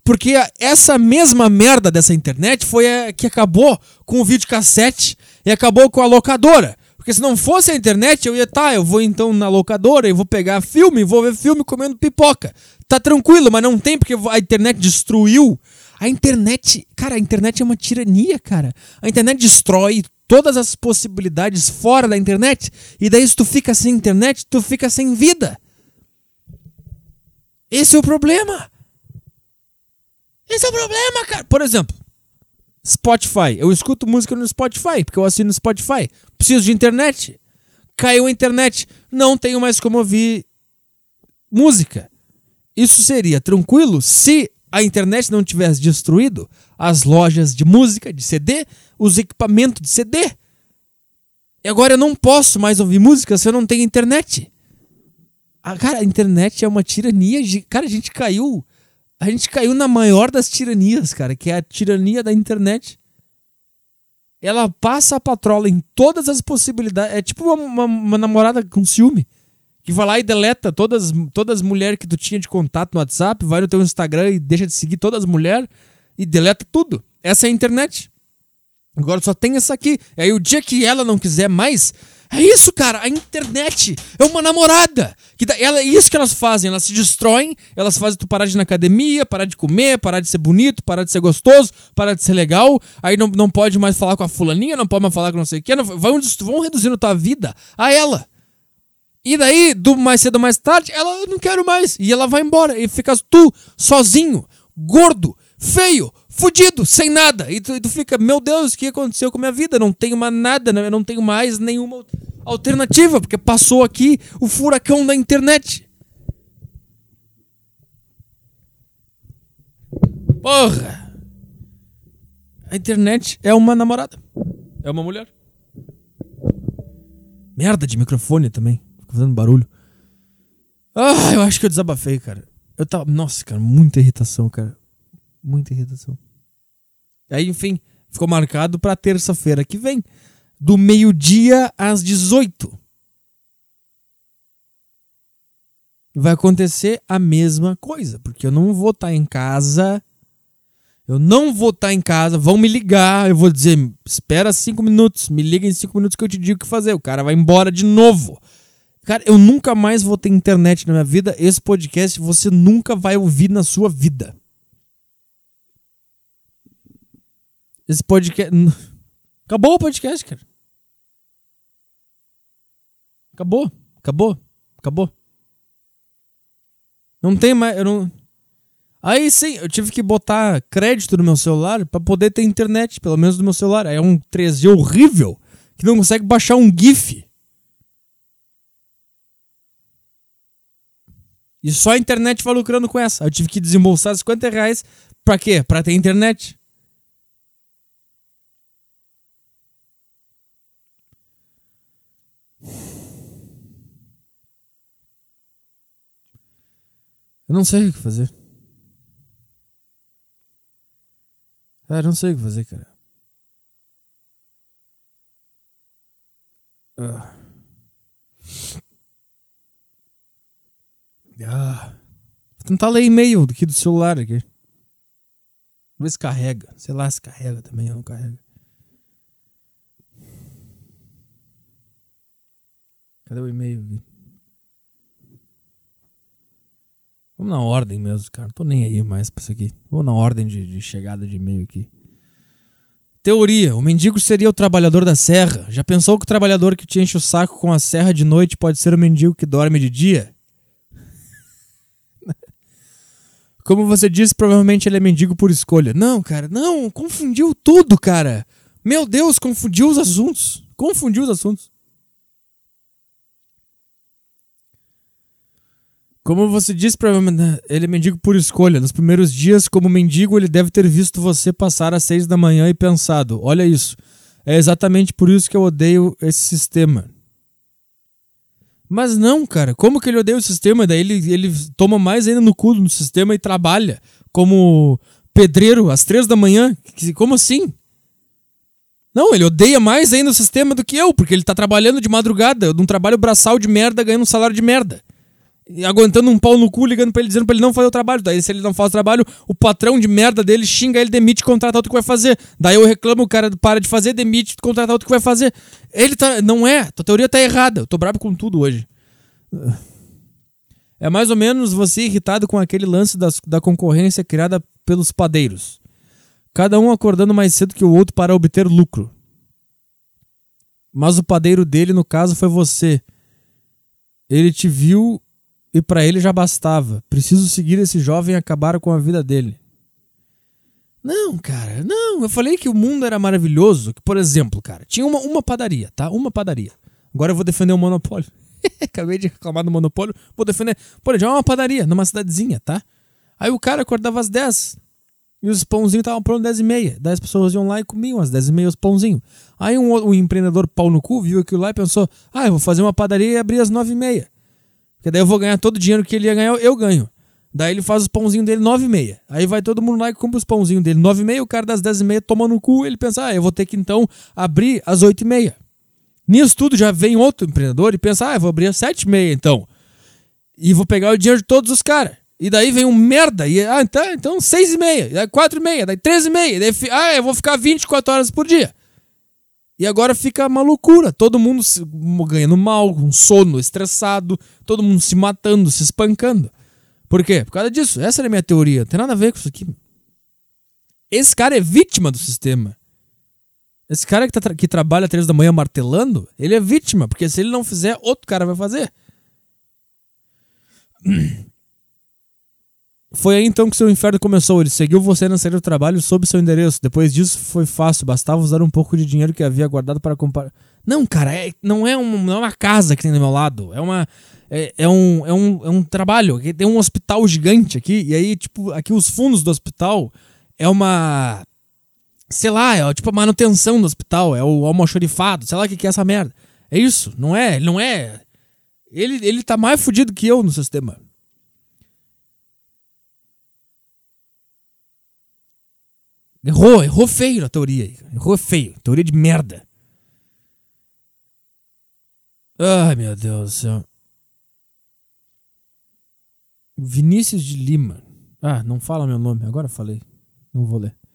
Porque essa mesma merda dessa internet foi a que acabou com o videocassete e acabou com a locadora. Porque se não fosse a internet, eu ia, tá, eu vou então na locadora, eu vou pegar filme, vou ver filme comendo pipoca. Tá tranquilo, mas não tem porque a internet destruiu. A internet, cara, a internet é uma tirania, cara. A internet destrói todas as possibilidades fora da internet. E daí se tu fica sem internet, tu fica sem vida. Esse é o problema. Esse é o problema, cara. Por exemplo, Spotify. Eu escuto música no Spotify, porque eu assino Spotify. Preciso de internet. Caiu a internet. Não tenho mais como ouvir música. Isso seria tranquilo se a internet não tivesse destruído as lojas de música, de C D, os equipamentos de C D. E agora eu não posso mais ouvir música se eu não tenho internet. Ah, cara, a internet é uma tirania. Cara, a gente caiu... A gente caiu na maior das tiranias, cara, que é a tirania da internet. Ela passa a patrola em todas as possibilidades. É tipo uma, uma, uma namorada com ciúme, que vai lá e deleta todas, todas as mulheres que tu tinha de contato no WhatsApp, vai no teu Instagram e deixa de seguir todas as mulheres e deleta tudo. Essa é a internet. Agora só tem essa aqui. Aí o dia que ela não quiser mais... É isso, cara, a internet é uma namorada. Que dá, ela, é isso que elas fazem, elas se destroem, elas fazem tu parar de ir na academia, parar de comer, parar de ser bonito, parar de ser gostoso, parar de ser legal. Aí não, não pode mais falar com a fulaninha, não pode mais falar com não sei o que. Não, vão, vão reduzindo tua vida a ela. E daí, do mais cedo ou mais tarde, ela não quero mais. E ela vai embora e fica tu sozinho, gordo, feio, fudido, sem nada. E tu, e tu fica, meu Deus, o que aconteceu com a minha vida? Não tenho mais nada, eu não tenho mais nenhuma alternativa, porque passou aqui o furacão da internet. Porra! A internet é uma namorada. É uma mulher. Merda de microfone também. Fica fazendo barulho. Ah, eu acho que eu desabafei, cara. Eu tava... Nossa, cara, muita irritação, cara. Muita irritação. Aí, enfim, ficou marcado pra terça-feira que vem, do meio-dia às dezoito. Vai acontecer a mesma coisa, porque eu não vou estar em casa. Eu não vou estar em casa. Vão me ligar. Eu vou dizer, espera cinco minutos. Me liga em cinco minutos que eu te digo o que fazer. O cara vai embora de novo. Cara, eu nunca mais vou ter internet na minha vida. Esse podcast você nunca vai ouvir na sua vida. Esse podcast... Acabou o podcast, cara. Acabou. Acabou. Acabou. Não tem mais... Eu não... Aí sim, eu tive que botar crédito no meu celular pra poder ter internet, pelo menos no meu celular. É um três G horrível que não consegue baixar um GIF. E só a internet vai lucrando com essa. Eu tive que desembolsar cinquenta reais pra quê? Pra ter internet. Eu não sei o que fazer. Ah, eu não sei o que fazer, cara. Ah. Ah. Vou tentar ler e-mail aqui do celular aqui. Vê se carrega. Sei lá se carrega também ou não carrega. Cadê o e-mail aqui? Vamos na ordem mesmo, cara. Não tô nem aí mais pra isso aqui. Vamos na ordem de, de chegada de e-mail aqui. Teoria. O mendigo seria o trabalhador da serra. Já pensou que o trabalhador que te enche o saco com a serra de noite pode ser o mendigo que dorme de dia? Como você disse, provavelmente ele é mendigo por escolha. Não, cara. Não. Confundiu tudo, cara. Meu Deus, confundiu os assuntos. Confundiu os assuntos. Como você disse, provavelmente ele é mendigo por escolha. Nos primeiros dias, como mendigo, ele deve ter visto você passar às seis da manhã e pensado, olha isso, é exatamente por isso que eu odeio esse sistema. Mas não, cara, como que ele odeia o sistema? Daí ele, ele toma mais ainda no cu no sistema e trabalha como pedreiro às três da manhã. Como assim? Não, ele odeia mais ainda o sistema do que eu, porque ele tá trabalhando de madrugada, num trabalho braçal de merda, ganhando um salário de merda. aguentando um pau no cu, ligando pra ele, dizendo pra ele não fazer o trabalho. Daí, se ele não faz o trabalho, o patrão de merda dele xinga ele, demite, contrata outro que vai fazer. Daí eu reclamo, o cara para de fazer, demite, contrata outro que vai fazer. Ele tá... Não é. Tua teoria tá errada. Eu tô brabo com tudo hoje. É mais ou menos você irritado com aquele lance das, da concorrência criada pelos padeiros. Cada um acordando mais cedo que o outro para obter lucro. Mas o padeiro dele, no caso, foi você. Ele te viu... E pra ele já bastava. Preciso seguir esse jovem e acabar com a vida dele. Não, cara. Não, eu falei que o mundo era maravilhoso. Que, por exemplo, cara, tinha uma, uma padaria, tá? Uma padaria. Agora eu vou defender o monopólio. Acabei de reclamar do monopólio. Vou defender... Pô, já é uma padaria, numa cidadezinha, tá? Aí o cara acordava às dez. E os pãozinhos estavam prontos às dez e meia. Daí as pessoas iam lá e comiam às dez e meia os pãozinhos. Aí um, um empreendedor pau no cu viu aquilo lá e pensou: ah, eu vou fazer uma padaria e abrir às nove e meia. Porque daí eu vou ganhar todo o dinheiro que ele ia ganhar, eu ganho. Daí ele faz os pãozinhos dele nove e meia. Aí vai todo mundo lá e compra os pãozinhos dele nove e meia, o cara das dez e meia toma no cu, ele pensa: ah, eu vou ter que então abrir às oito e meia. Nisso tudo já vem outro empreendedor e pensa: ah, eu vou abrir às sete e meia então. E vou pegar o dinheiro de todos os caras. E daí vem um merda, e ah, então, então seis e meia, daí quatro e meia, daí três e meia, daí, ah, eu vou ficar vinte e quatro horas por dia. E agora fica uma loucura, todo mundo se, ganhando mal, com sono, estressado, todo mundo se matando, se espancando. Por quê? Por causa disso. Essa é a minha teoria, não tem nada a ver com isso aqui. Esse cara é vítima do sistema. Esse cara que, tá tra- que trabalha às três da manhã martelando, ele é vítima, porque se ele não fizer, outro cara vai fazer. Foi aí então que seu inferno começou. Ele seguiu você na saída do trabalho sob seu endereço. Depois disso foi fácil, bastava usar um pouco de dinheiro que havia guardado para comprar. Não, cara, é, não, é um, não é uma casa que tem do meu lado. É uma. É, é, um, é, um, é um trabalho. Tem um hospital gigante aqui. E aí, tipo, aqui os fundos do hospital é uma. Sei lá, é tipo a manutenção do hospital. É o almoxorifado. Sei lá o que, que é essa merda. É isso, não é? Não é. Ele, ele tá mais fudido que eu no sistema. Errou, errou feio na teoria. Errou feio. Teoria de merda. Ai, meu Deus do céu. Vinícius de Lima. Ah, não fala meu nome. Agora falei. Não vou ler.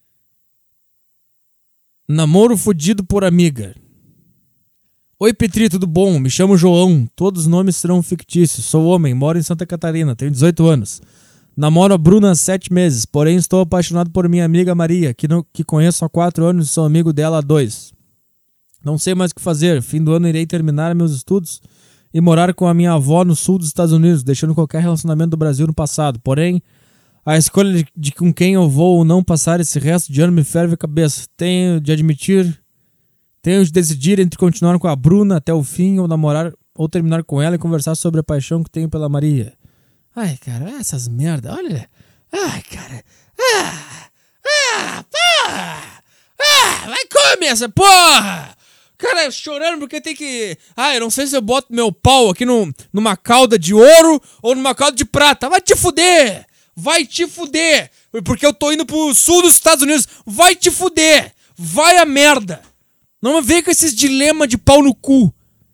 Namoro fudido por amiga. Oi, Petri, tudo bom? Me chamo João. Todos os nomes serão fictícios. Sou homem, moro em Santa Catarina. Tenho dezoito anos. Namoro a Bruna há sete meses, porém estou apaixonado por minha amiga Maria, que, não, que conheço há quatro anos e sou amigo dela há dois. Não sei mais o que fazer. Fim do ano irei terminar meus estudos e morar com a minha avó no sul dos Estados Unidos, deixando qualquer relacionamento do Brasil no passado. Porém, a escolha de, de com quem eu vou ou não passar esse resto de ano me ferve a cabeça. Tenho de admitir, tenho de decidir entre continuar com a Bruna até o fim ou namorar ou terminar com ela e conversar sobre a paixão que tenho pela Maria. Ai, cara, essas merda, olha. Ai, cara. Ah, ah, porra! Ah, vai comer essa porra! Cara, chorando porque tem que... Ah, eu não sei se eu boto meu pau aqui no, numa cauda de ouro ou numa cauda de prata. Vai te fuder! Vai te fuder! Porque eu tô indo pro sul dos Estados Unidos. Vai te fuder! Vai a merda! Não vem com esses dilemas de pau no cu.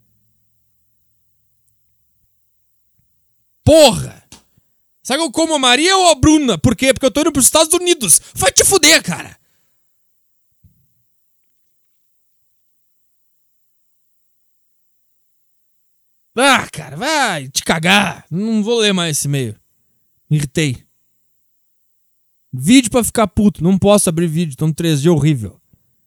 Porra! Sabe eu como a Maria ou a Bruna? Por quê? Porque eu tô indo pros Estados Unidos. Vai te fuder, cara. Ah, cara, vai te cagar. Não vou ler mais esse e-mail. Me irritei. Vídeo pra ficar puto. Não posso abrir vídeo. Tô no três G horrível.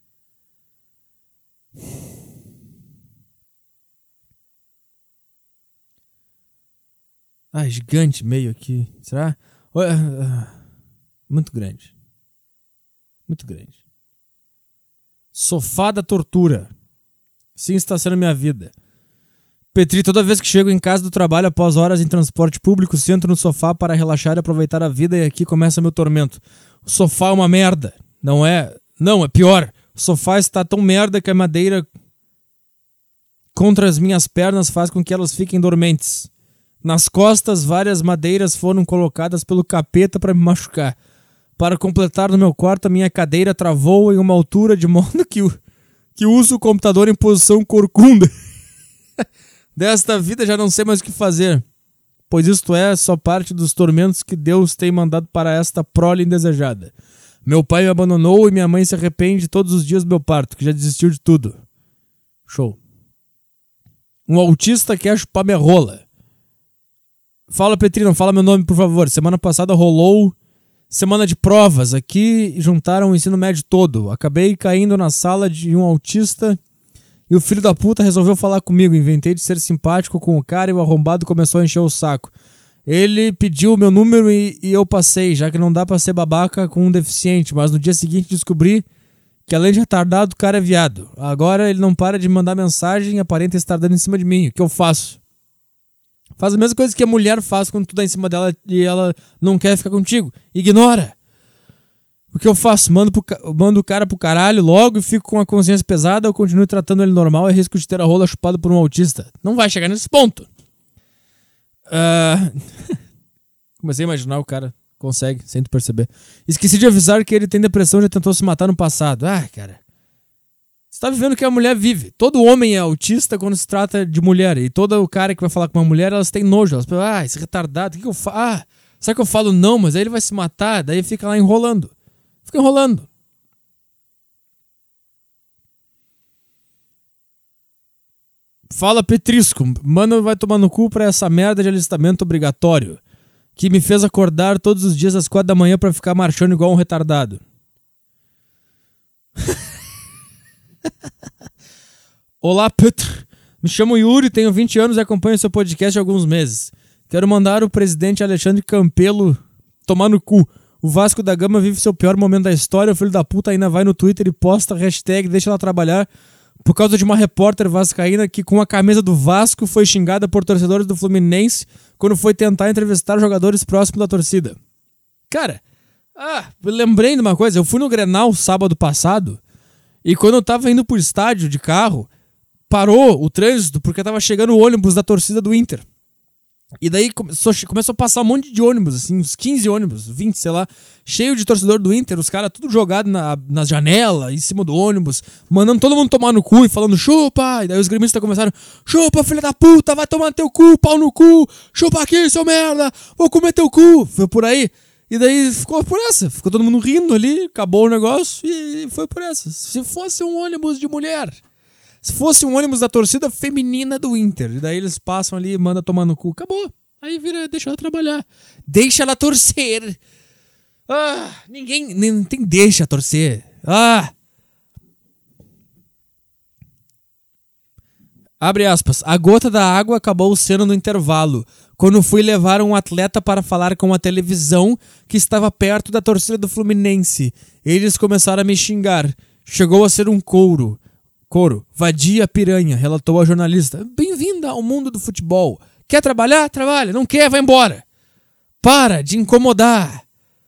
Ah, gigante meio aqui. Será? Muito grande. Muito grande. Sofá da tortura. Sim, está sendo minha vida. Petri, toda vez que chego em casa do trabalho após horas em transporte público, sento no sofá para relaxar e aproveitar a vida e aqui começa meu tormento. O sofá é uma merda. Não é? Não, é pior. O sofá está tão merda que a madeira contra as minhas pernas faz com que elas fiquem dormentes. Nas costas, várias madeiras foram colocadas pelo capeta para me machucar. Para completar no meu quarto, a minha cadeira travou em uma altura de modo que, que uso o computador em posição corcunda. Desta vida já não sei mais o que fazer. pois isto é só parte dos tormentos que Deus tem mandado para esta prole indesejada. Meu pai me abandonou e minha mãe se arrepende todos os dias do meu parto, que já desistiu de tudo. Show. Um autista quer chupar minha rola. Fala, Petrino, fala meu nome, por favor. Semana passada rolou semana de provas aqui e juntaram o ensino médio todo. Acabei caindo na sala de um autista e o filho da puta resolveu falar comigo. Inventei de ser simpático com o cara e o arrombado começou a encher o saco. Ele pediu o meu número e, e eu passei, já que não dá pra ser babaca com um deficiente, mas no dia seguinte descobri que além de retardado, o cara é viado. Agora ele não para de mandar mensagem e aparenta estar dando em cima de mim. O que eu faço? Faz a mesma coisa que a mulher faz quando tu dá em cima dela e ela não quer ficar contigo. Ignora. O que eu faço? Mando, pro, mando o cara pro caralho logo e fico com a consciência pesada ou continuo tratando ele normal e risco de ter a rola chupada por um autista. Não vai chegar nesse ponto. Uh... Comecei a imaginar o cara consegue, sem tu perceber. Esqueci de avisar que ele tem depressão e já tentou se matar no passado. Ah, cara. Você tá vivendo o que a mulher vive. Todo homem é autista quando se trata de mulher. E todo o cara que vai falar com uma mulher, elas têm nojo. Elas pensam, ah, esse retardado, o que, que eu falo? Ah, será que eu falo não? Mas aí ele vai se matar. Daí fica lá enrolando. Fica enrolando. Fala, Petrisco. Mano, vai tomar no cu pra essa merda de alistamento obrigatório que me fez acordar todos os dias às quatro da manhã pra ficar marchando igual um retardado. Olá, Petr. Me chamo Yuri, tenho vinte anos e acompanho seu podcast há alguns meses. Quero mandar o presidente Alexandre Campelo tomar no cu. O Vasco da Gama vive seu pior momento da história. O filho da puta ainda vai no Twitter e posta hashtag deixa ela trabalhar por causa de uma repórter vascaína que com a camisa do Vasco foi xingada por torcedores do Fluminense quando foi tentar entrevistar jogadores próximos da torcida. Cara, ah, lembrei de uma coisa. Eu fui no Grenal sábado passado e quando eu tava indo pro estádio de carro, parou o trânsito porque tava chegando o ônibus da torcida do Inter. E daí começou, começou a passar um monte de ônibus, assim, uns quinze ônibus, vinte, sei lá, cheio de torcedor do Inter, os caras tudo jogado na, na janela, em cima do ônibus, mandando todo mundo tomar no cu e falando chupa. E daí os gremistas começaram, chupa, filha da puta, vai tomar teu cu, pau no cu, chupa aqui, seu merda, vou comer teu cu. Foi por aí. E daí ficou por essa, ficou todo mundo rindo ali, acabou o negócio e foi por essa. Se fosse um ônibus de mulher, se fosse um ônibus da torcida feminina do Inter, e daí eles passam ali e mandam tomar no cu, acabou. Aí vira, deixa ela trabalhar. Deixa ela torcer. Ah, ninguém, nem tem deixa torcer. Ah. Abre aspas. A gota da água acabou sendo no intervalo, quando fui levar um atleta para falar com a televisão que estava perto da torcida do Fluminense. Eles começaram a me xingar. Chegou a ser um couro. Coro. Vadia piranha, relatou a jornalista. Bem-vinda ao mundo do futebol. Quer trabalhar? Trabalha. Não quer? Vai embora. Para de incomodar.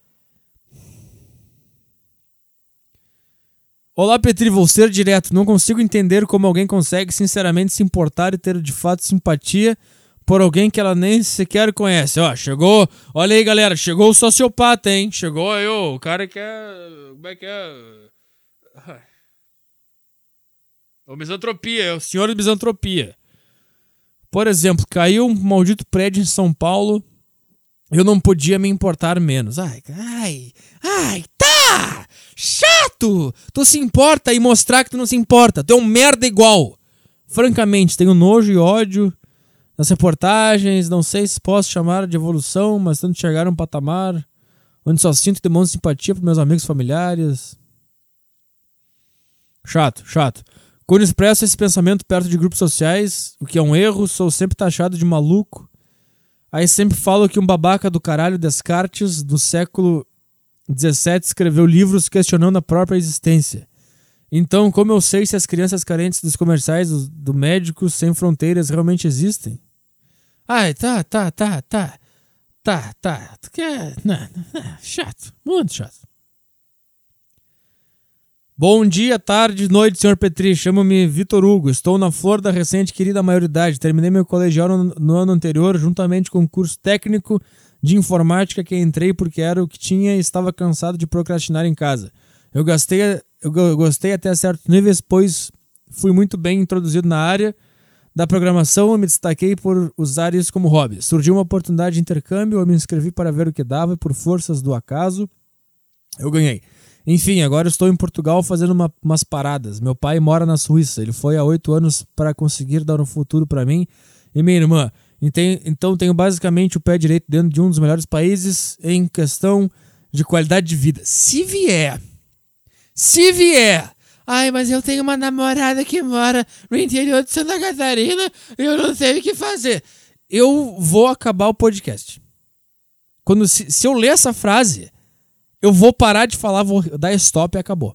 Olá, Petri, vou ser direto. Não consigo entender como alguém consegue sinceramente se importar e ter de fato simpatia por alguém que ela nem sequer conhece. Ó, chegou... Olha aí, galera. Chegou o sociopata, hein? Chegou aí, ó, o cara que é... Como é que é... O misantropia, é o senhor de misantropia. Por exemplo, caiu um maldito prédio em São Paulo, eu não podia me importar menos. Ai, ai, ai, tá! Chato! Tu se importa e mostrar que tu não se importa. Tu é um merda igual. Francamente, tenho nojo e ódio nas reportagens, não sei se posso chamar de evolução, mas tento chegar a um patamar onde só sinto e demonstro simpatia por meus amigos e familiares. Chato, chato. Quando expresso esse pensamento perto de grupos sociais, o que é um erro, sou sempre taxado de maluco. Aí sempre falo que um babaca do caralho Descartes, do século dezessete, escreveu livros questionando a própria existência. Então, como eu sei se as crianças carentes dos comerciais do, do Médicos Sem Fronteiras realmente existem? Ai, tá, tá, tá, tá. Tá, tá. Tu quer... Não, não, chato. Muito chato. Bom dia, tarde, noite, senhor Petri. Chamo-me Vitor Hugo. Estou na flor da recente querida maioridade. Terminei meu colegial no, no ano anterior, juntamente com o curso técnico de informática que entrei porque era o que tinha e estava cansado de procrastinar em casa. Eu, gastei, eu gostei até certos níveis, pois fui muito bem introduzido na área. da programação, eu me destaquei por usar isso como hobby. Surgiu uma oportunidade de intercâmbio, eu me inscrevi para ver o que dava e por forças do acaso, eu ganhei. Enfim, agora eu estou em Portugal fazendo uma, umas paradas. Meu pai mora na Suíça, ele foi há oito anos para conseguir dar um futuro para mim e minha irmã. Então tenho basicamente o pé direito dentro de um dos melhores países em questão de qualidade de vida. Se vier, se vier, ai, mas eu tenho uma namorada que mora no interior de Santa Catarina e eu não sei o que fazer. Eu vou acabar o podcast. Quando, se, se eu ler essa frase, eu vou parar de falar, vou dar stop e acabou.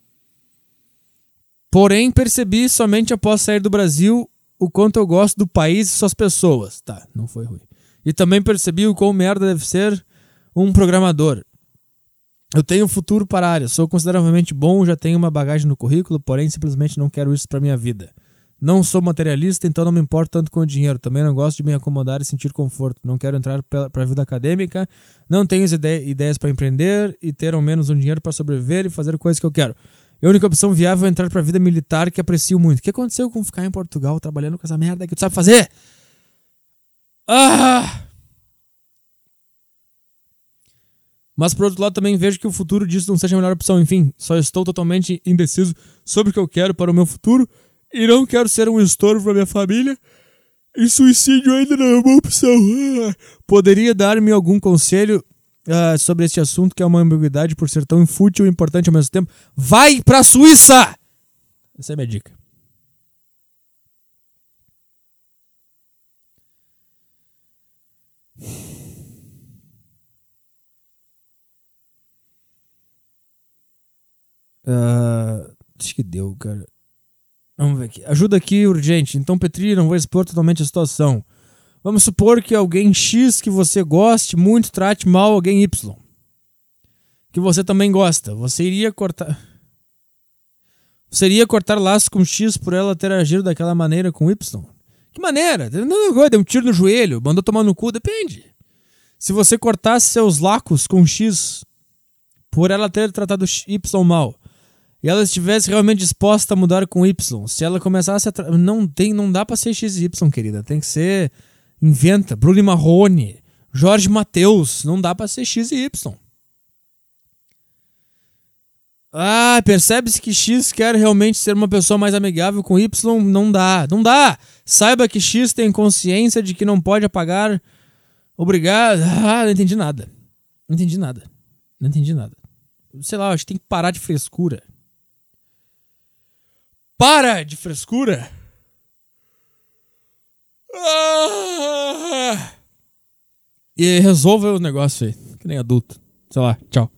Porém, percebi somente após sair do Brasil o quanto eu gosto do país e suas pessoas. Tá, não foi ruim. E também percebi o quão merda deve ser um programador. Eu tenho futuro para a área, sou consideravelmente bom, já tenho uma bagagem no currículo, porém simplesmente não quero isso para minha vida. Não sou materialista, então não me importo tanto com o dinheiro. Também não gosto de me acomodar e sentir conforto. Não quero entrar para a vida acadêmica, não tenho ide- ideias para empreender e ter ao menos um dinheiro para sobreviver e fazer coisas que eu quero. A única opção viável é entrar para a vida militar, que aprecio muito. O que aconteceu com ficar em Portugal trabalhando com essa merda que tu sabe fazer? Ah! Mas por outro lado também vejo que o futuro disso não seja a melhor opção. Enfim, só estou totalmente indeciso sobre o que eu quero para o meu futuro e não quero ser um estorvo para minha família. E suicídio ainda não é uma opção. Ah, poderia dar-me algum conselho uh, sobre este assunto, que é uma ambiguidade por ser tão fútil e importante ao mesmo tempo? Vai pra Suíça! Essa é a minha dica. Uh, acho que deu, cara. Vamos ver aqui. Ajuda aqui, urgente. Então, Petri, não vou expor totalmente a situação. Vamos supor que alguém X que você goste muito trate mal alguém Y, que você também gosta. Você iria cortar... Você iria cortar laços com X por ela ter agido daquela maneira com Y? Que maneira? Não, deu um tiro no joelho, mandou tomar no cu, depende. Se você cortasse seus laços com X por ela ter tratado Y mal, e ela estivesse realmente disposta a mudar com Y, se ela começasse a... Tra... Não, tem, não dá pra ser X e Y, querida. Tem que ser... Inventa. Bruno Marrone. Jorge Mateus. Não dá pra ser X e Y. Ah, percebe-se que X quer realmente ser uma pessoa mais amigável com Y. Não dá. Não dá. Saiba que X tem consciência de que não pode apagar... Obrigado. Ah, não entendi nada. Não entendi nada. Não entendi nada. Sei lá, acho que tem que parar de frescura. Para de frescura! Ah! E resolva o negócio aí, que nem adulto. Sei lá, tchau.